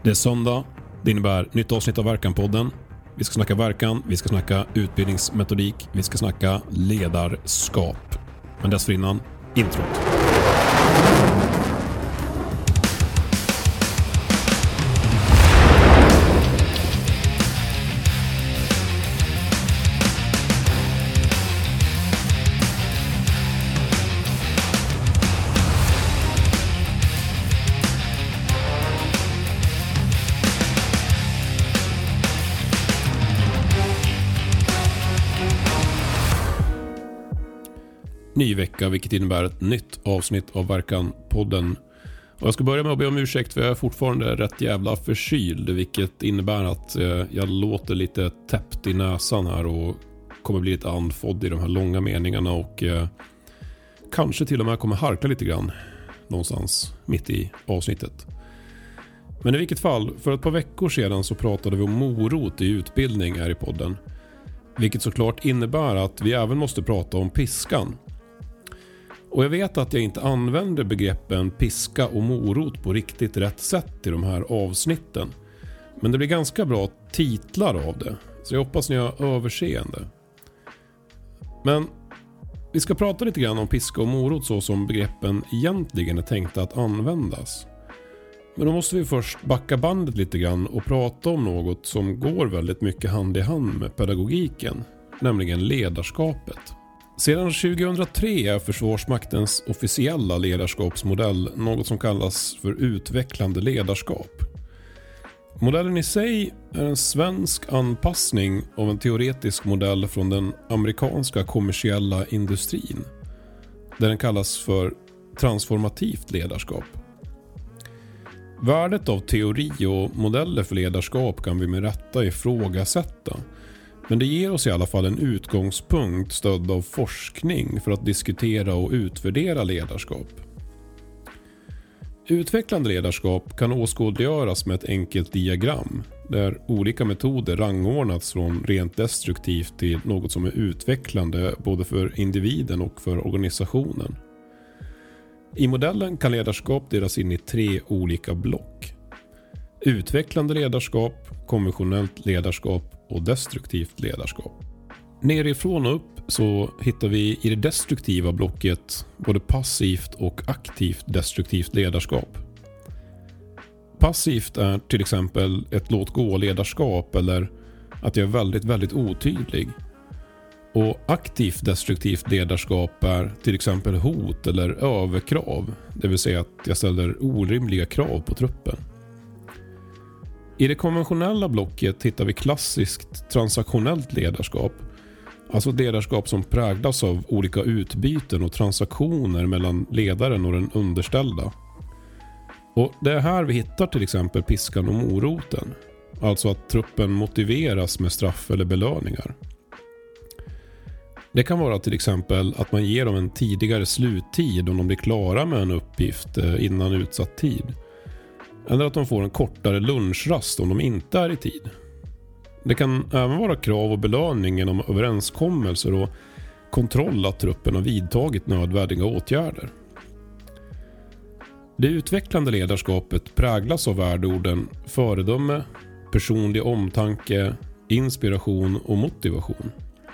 Det är söndag, det innebär nytt avsnitt av Verkan-podden. Vi ska snacka verkan, vi ska snacka utbildningsmetodik, vi ska snacka ledarskap. Men dessförinnan, introt. Ny vecka, vilket innebär ett nytt avsnitt av Verkan-podden. Och jag ska börja med att be om ursäkt för jag är fortfarande rätt jävla förkyld, vilket innebär att jag låter lite täppt i näsan här och kommer bli lite andfådd i de här långa meningarna och kanske till och med kommer harkla lite grann någonstans mitt i avsnittet. Men i vilket fall, för ett par veckor sedan så pratade vi om morot i utbildning här i podden. Vilket såklart innebär att vi även måste prata om piskan. Och jag vet att jag inte använder begreppen piska och morot på riktigt rätt sätt i de här avsnitten. Men det blir ganska bra titlar av det. Så jag hoppas ni har överseende. Men vi ska prata lite grann om piska och morot så som begreppen egentligen är tänkta att användas. Men då måste vi först backa bandet lite grann och prata om något som går väldigt mycket hand i hand med pedagogiken, nämligen ledarskapet. Sedan 2003 är Försvarsmaktens officiella ledarskapsmodell något som kallas för utvecklande ledarskap. Modellen i sig är en svensk anpassning av en teoretisk modell från den amerikanska kommersiella industrin, där den kallas för transformativt ledarskap. Värdet av teori och modeller för ledarskap kan vi med rätta ifrågasätta. Men det ger oss i alla fall en utgångspunkt stödd av forskning för att diskutera och utvärdera ledarskap. Utvecklande ledarskap kan åskådliggöras med ett enkelt diagram där olika metoder rangordnats från rent destruktivt till något som är utvecklande både för individen och för organisationen. I modellen kan ledarskap delas in i 3 olika block. Utvecklande ledarskap, konventionellt ledarskap och destruktivt ledarskap. Nerifrån och upp så hittar vi i det destruktiva blocket både passivt och aktivt destruktivt ledarskap. Passivt är till exempel ett låt-gå-ledarskap eller att jag är väldigt, väldigt otydlig. Och aktivt destruktivt ledarskap är till exempel hot eller överkrav, det vill säga att jag ställer orimliga krav på truppen. I det konventionella blocket hittar vi klassiskt transaktionellt ledarskap, alltså ledarskap som präglas av olika utbyten och transaktioner mellan ledaren och den underställda. Och det är här vi hittar till exempel piskan och moroten, alltså att truppen motiveras med straff eller belöningar. Det kan vara till exempel att man ger dem en tidigare sluttid om de blir klara med en uppgift innan utsatt tid. Eller att de får en kortare lunchrast om de inte är i tid. Det kan även vara krav och belöning genom överenskommelser och kontroll att truppen har vidtagit nödvändiga åtgärder. Det utvecklande ledarskapet präglas av värdeorden föredöme, personlig omtanke, inspiration och motivation.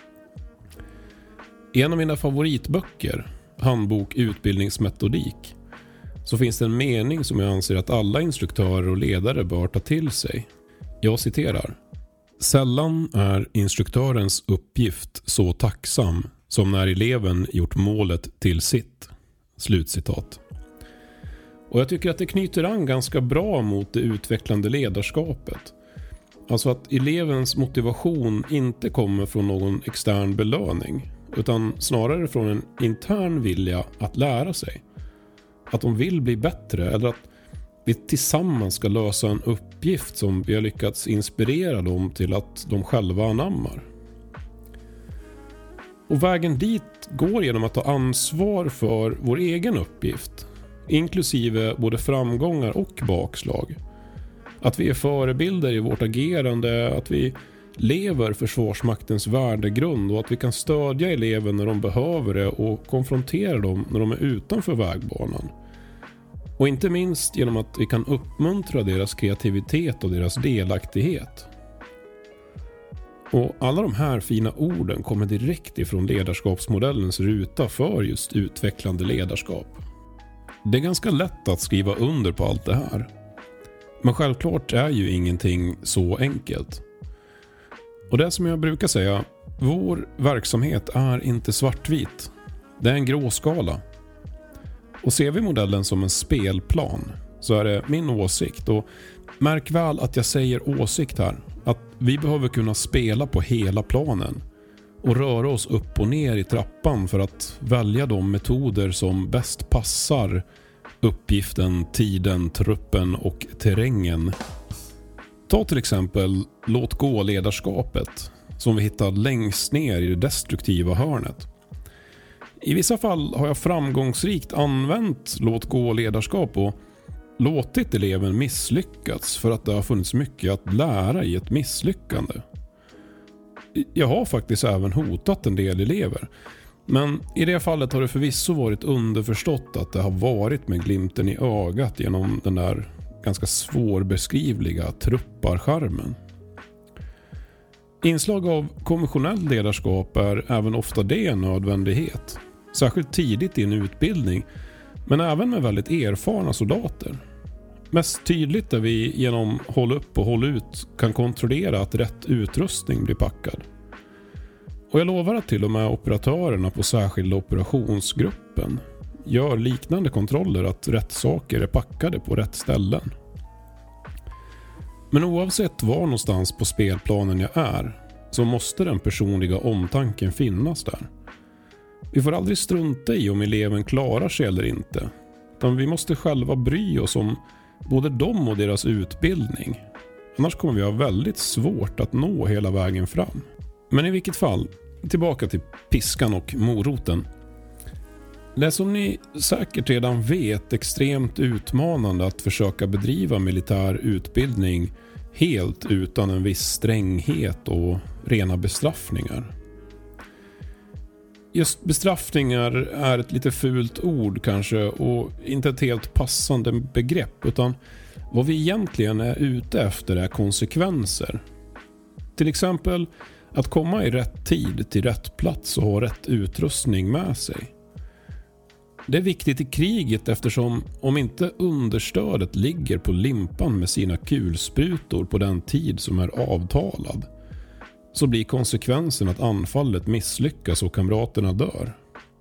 I en av mina favoritböcker, Handbok utbildningsmetodik, så finns det en mening som jag anser att alla instruktörer och ledare bör ta till sig. Jag citerar: "Sällan är instruktörens uppgift så tacksam som när eleven gjort målet till sitt." Slutcitat. Och jag tycker att det knyter an ganska bra mot det utvecklande ledarskapet. Alltså att elevens motivation inte kommer från någon extern belöning, utan snarare från en intern vilja att lära sig. Att de vill bli bättre eller att vi tillsammans ska lösa en uppgift som vi har lyckats inspirera dem till att de själva anammar. Och vägen dit går genom att ta ansvar för vår egen uppgift, inklusive både framgångar och bakslag. Att vi är förebilder i vårt agerande, att vi lever Försvarsmaktens värdegrund och att vi kan stödja elever när de behöver det och konfrontera dem när de är utanför vägbanan. Och inte minst genom att vi kan uppmuntra deras kreativitet och deras delaktighet. Och alla de här fina orden kommer direkt ifrån ledarskapsmodellens ruta för just utvecklande ledarskap. Det är ganska lätt att skriva under på allt det här. Men självklart är ju ingenting så enkelt. Och det som jag brukar säga, vår verksamhet är inte svartvit. Det är en gråskala. Och ser vi modellen som en spelplan så är det min åsikt. Och märk väl att jag säger åsikt här. Att vi behöver kunna spela på hela planen och röra oss upp och ner i trappan för att välja de metoder som bäst passar uppgiften, tiden, truppen och terrängen. Ta till exempel låt gå ledarskapet som vi hittar längst ner i det destruktiva hörnet. I vissa fall har jag framgångsrikt använt låt gå ledarskap och låtit eleven misslyckats för att det har funnits mycket att lära i ett misslyckande. Jag har faktiskt även hotat en del elever. Men i det fallet har det förvisso varit underförstått att det har varit med glimten i ögat genom den där ganska svårbeskrivliga trupparskärmen. Inslag av konventionell ledarskap är även ofta det en nödvändighet. Särskilt tidigt i en utbildning, men även med väldigt erfarna soldater. Mest tydligt är vi genom håll upp och håll ut kan kontrollera att rätt utrustning blir packad. Och jag lovar att till och med operatörerna på särskilda operationsgruppen gör liknande kontroller att rätt saker är packade på rätt ställen. Men oavsett var någonstans på spelplanen jag är så måste den personliga omtanken finnas där. Vi får aldrig strunta i om eleven klarar sig eller inte. Utan vi måste själva bry oss om både dem och deras utbildning. Annars kommer vi ha väldigt svårt att nå hela vägen fram. Men i vilket fall, tillbaka till piskan och moroten. Det är som ni säkert redan vet extremt utmanande att försöka bedriva militär utbildning helt utan en viss stränghet och rena bestraffningar. Just bestraffningar är ett lite fult ord kanske och inte ett helt passande begrepp, utan vad vi egentligen är ute efter är konsekvenser. Till exempel att komma i rätt tid till rätt plats och ha rätt utrustning med sig. Det är viktigt i kriget eftersom om inte understödet ligger på limpan med sina kulsprutor på den tid som är avtalad så blir konsekvensen att anfallet misslyckas och kamraterna dör.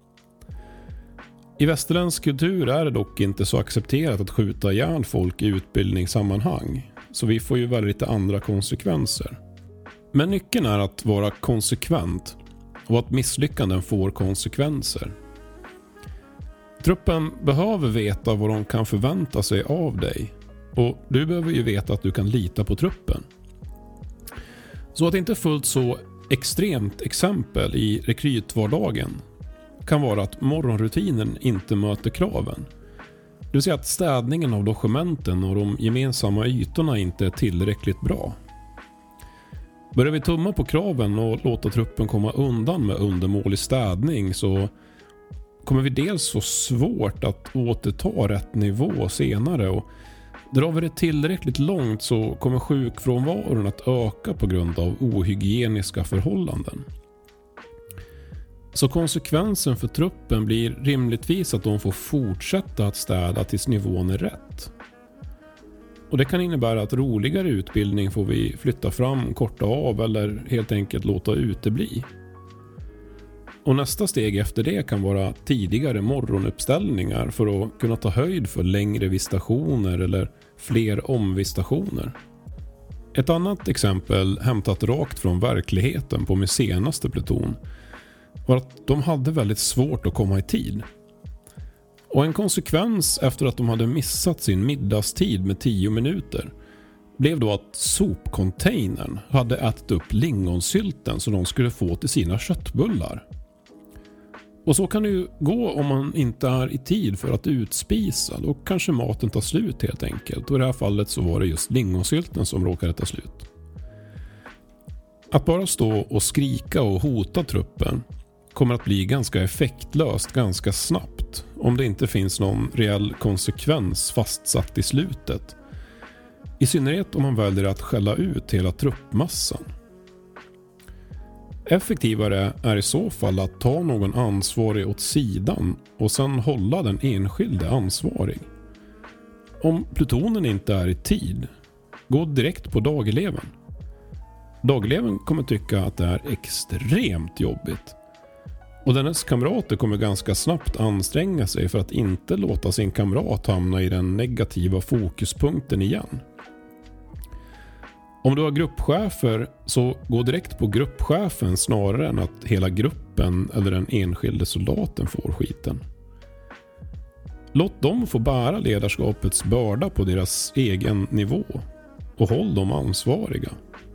I västerländsk kultur är det dock inte så accepterat att skjuta ihjäl folk i utbildningssammanhang, så vi får ju väldigt lite andra konsekvenser. Men nyckeln är att vara konsekvent och att misslyckanden får konsekvenser. Truppen behöver veta vad de kan förvänta sig av dig och du behöver ju veta att du kan lita på truppen. Så att inte fullt så extremt exempel i rekrytvardagen kan vara att morgonrutinen inte möter kraven. Det vill säga att städningen av logementen och de gemensamma ytorna inte är tillräckligt bra. Börjar vi tumma på kraven och låta truppen komma undan med undermålig städning så kommer vi dels få svårt att återta rätt nivå senare, och drar vi det tillräckligt långt så kommer sjukfrånvaron att öka på grund av ohygieniska förhållanden. Så konsekvensen för truppen blir rimligtvis att de får fortsätta att städa tills nivån är rätt. Och det kan innebära att roligare utbildning får vi flytta fram, korta av eller helt enkelt låta utebli. Och nästa steg efter det kan vara tidigare morgonuppställningar för att kunna ta höjd för längre visitationer eller fler omvisitationer. Ett annat exempel hämtat rakt från verkligheten på min senaste pluton var att de hade väldigt svårt att komma i tid. Och en konsekvens efter att de hade missat sin middagstid med 10 minuter blev då att sopcontainern hade ätit upp lingonsylten som de skulle få till sina köttbullar. Och så kan det ju gå om man inte är i tid för att utspisa. Då kanske maten tar slut helt enkelt. Och i det här fallet så var det just lingonsylten som råkade ta slut. Att bara stå och skrika och hota truppen kommer att bli ganska effektlöst ganska snabbt. ut om det inte finns någon reell konsekvens fastsatt i slutet. I synnerhet om man väljer att skälla ut hela truppmassan. Effektivare är i så fall att ta någon ansvarig åt sidan och sen hålla den enskilde ansvarig. Om plutonen inte är i tid, gå direkt på dageleven. Dageleven kommer tycka att det är extremt jobbigt. Och dennes kamrater kommer ganska snabbt anstränga sig för att inte låta sin kamrat hamna i den negativa fokuspunkten igen. Om du har gruppchefer så gå direkt på gruppchefen snarare än att hela gruppen eller den enskilde soldaten får skiten. Låt dem få bära ledarskapets börda på deras egen nivå och håll dem ansvariga.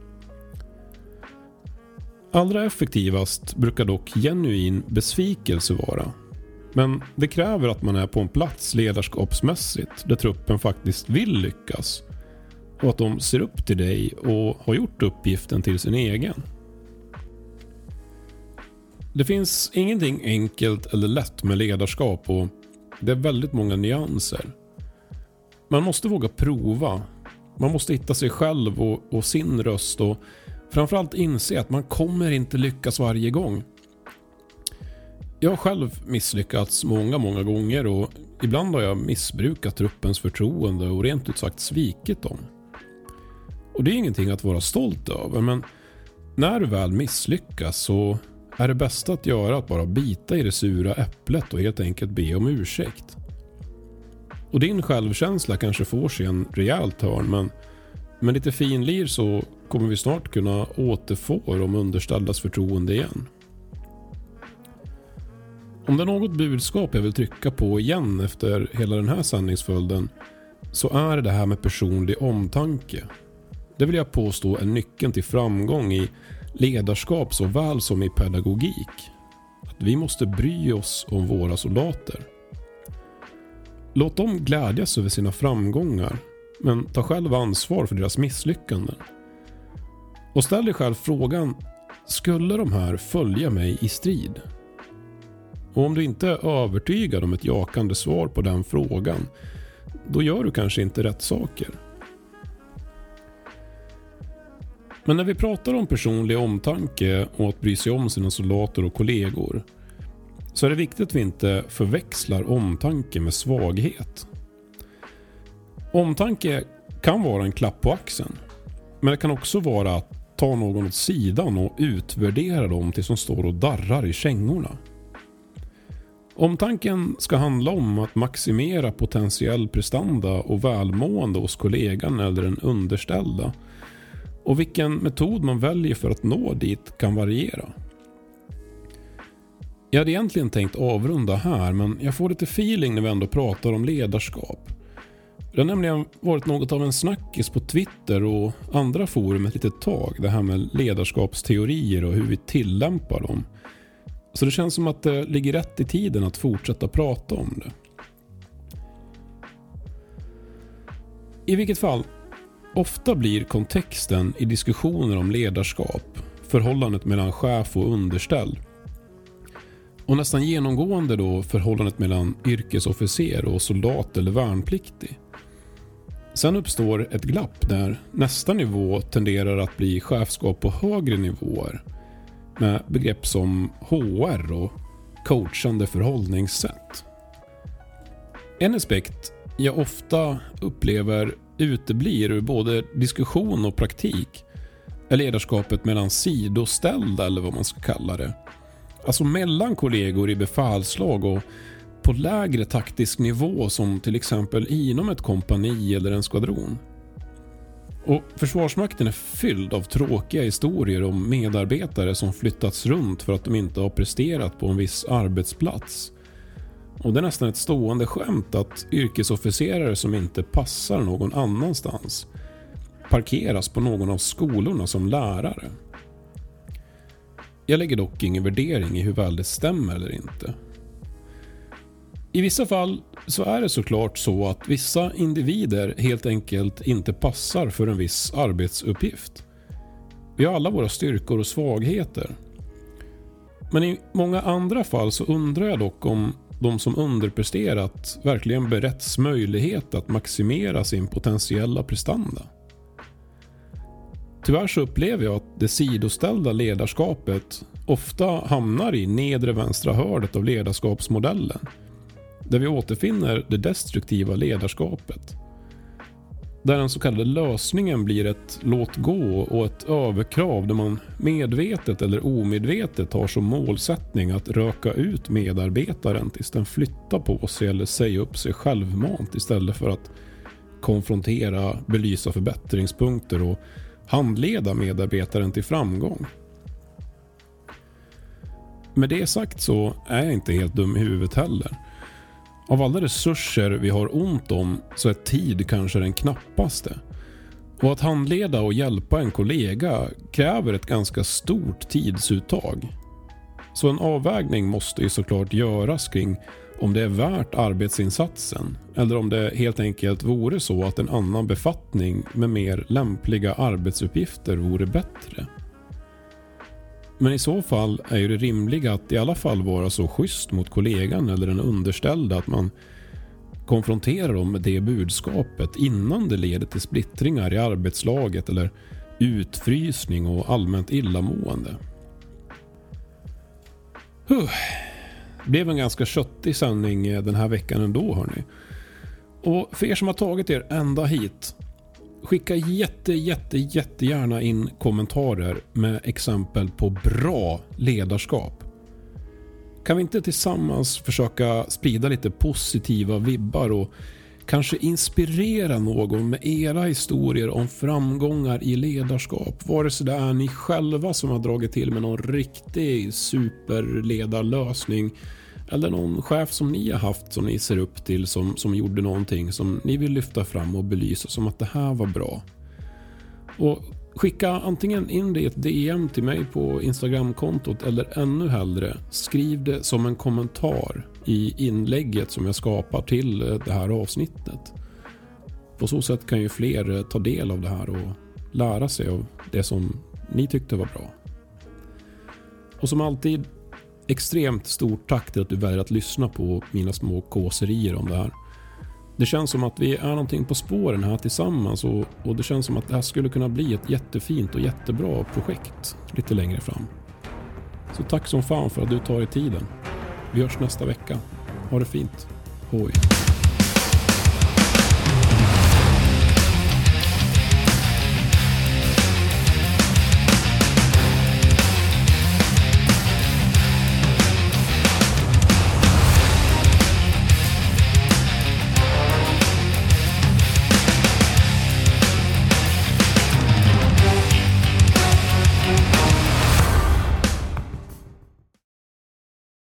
Allra effektivast brukar dock genuin besvikelse vara. Men det kräver att man är på en plats ledarskapsmässigt där truppen faktiskt vill lyckas. Och att de ser upp till dig och har gjort uppgiften till sin egen. Det finns ingenting enkelt eller lätt med ledarskap och det är väldigt många nyanser. Man måste våga prova. Man måste hitta sig själv och sin röst och framförallt inse att man kommer inte lyckas varje gång. Jag har själv misslyckats många gånger och ibland har jag missbrukat truppens förtroende och rent ut sagt svikit dem. Och det är ingenting att vara stolt över, men när du väl misslyckas så är det bästa att göra att bara bita i det sura äpplet och helt enkelt be om ursäkt. Och din självkänsla kanske får sig en rejäl törn, men med lite finlir så kommer vi snart kunna återfå de underställdas förtroende igen. Om det är något budskap jag vill trycka på igen efter hela den här sanningsföljden så är det här med personlig omtanke. Det vill jag påstå är nyckeln till framgång i ledarskap såväl som i pedagogik. Att vi måste bry oss om våra soldater. Låt dem glädjas över sina framgångar, men ta själv ansvar för deras misslyckanden. Och ställ dig själv frågan, skulle de här följa mig i strid? Och om du inte är övertygad om ett jakande svar på den frågan, då gör du kanske inte rätt saker. Men när vi pratar om personlig omtanke och att bry sig om sina soldater och kollegor så är det viktigt att vi inte förväxlar omtanke med svaghet. Omtanke kan vara en klapp på axeln, men det kan också vara att ta någon åt sidan och utvärdera dem tills de står och darrar i kängorna. Omtanken ska handla om att maximera potentiell prestanda och välmående hos kollegan eller den underställda. Och vilken metod man väljer för att nå dit kan variera. Jag hade egentligen tänkt avrunda här, men jag får lite feeling när vi ändå pratar om ledarskap. Det har nämligen varit något av en snackis på Twitter och andra forum ett litet tag, det här med ledarskapsteorier och hur vi tillämpar dem. Så det känns som att det ligger rätt i tiden att fortsätta prata om det. I vilket fall, ofta blir kontexten i diskussioner om ledarskap förhållandet mellan chef och underställd. Och nästan genomgående då förhållandet mellan yrkesofficer och soldat eller värnpliktig. Sen uppstår ett glapp där nästa nivå tenderar att bli chefskap på högre nivåer med begrepp som HR och coachande förhållningssätt. En aspekt jag ofta upplever uteblir ur både diskussion och praktik är ledarskapet mellan sidoställda eller vad man ska kalla det. Alltså mellan kollegor i befälslag och på lägre taktisk nivå som till exempel inom ett kompani eller en skvadron. Och Försvarsmakten är fylld av tråkiga historier om medarbetare som flyttats runt för att de inte har presterat på en viss arbetsplats. Och det är nästan ett stående skämt att yrkesofficerare som inte passar någon annanstans parkeras på någon av skolorna som lärare. Jag lägger dock ingen värdering i hur väl det stämmer eller inte. I vissa fall så är det såklart så att vissa individer helt enkelt inte passar för en viss arbetsuppgift. Vi har alla våra styrkor och svagheter. Men i många andra fall så undrar jag dock om de som underpresterat verkligen beretts möjlighet att maximera sin potentiella prestanda. Tyvärr så upplever jag att det sidoställda ledarskapet ofta hamnar i nedre vänstra hörnet av ledarskapsmodellen, där vi återfinner det destruktiva ledarskapet. Där den så kallade lösningen blir ett låt gå och ett överkrav där man medvetet eller omedvetet har som målsättning att röka ut medarbetaren tills den flyttar på sig eller säga upp sig självmant istället för att konfrontera, belysa förbättringspunkter och handleda medarbetaren till framgång. Med det sagt så är jag inte helt dum i huvudet heller. Av alla resurser vi har ont om så är tid kanske den knappaste. Och att handleda och hjälpa en kollega kräver ett ganska stort tidsuttag. Så en avvägning måste ju såklart göras kring om det är värt arbetsinsatsen eller om det helt enkelt vore så att en annan befattning med mer lämpliga arbetsuppgifter vore bättre. Men i så fall är ju det rimliga att i alla fall vara så schysst mot kollegan eller den underställda att man konfronterar dem med det budskapet innan det leder till splittringar i arbetslaget eller utfrysning och allmänt illamående. Det blev en ganska köttig sändning den här veckan ändå, hörni. Och för er som har tagit er ända hit, skicka jättegärna in kommentarer med exempel på bra ledarskap. Kan vi inte tillsammans försöka sprida lite positiva vibbar och kanske inspirera någon med era historier om framgångar i ledarskap? Vare sig det är ni själva som har dragit till med någon riktig superledarlösning eller någon chef som ni har haft som ni ser upp till som gjorde någonting som ni vill lyfta fram och belysa som att det här var bra. Och skicka antingen in det i ett DM till mig på Instagramkontot eller ännu hellre skriv det som en kommentar i inlägget som jag skapar till det här avsnittet. På så sätt kan ju fler ta del av det här och lära sig av det som ni tyckte var bra. Och som alltid, extremt stort tack till att du väljer att lyssna på mina små kåserier om det här. Det känns som att vi är någonting på spåren här tillsammans och det känns som att det här skulle kunna bli ett jättefint och jättebra projekt lite längre fram. Så tack som fan för att du tar i tiden. Vi hörs nästa vecka. Ha det fint. Hoj.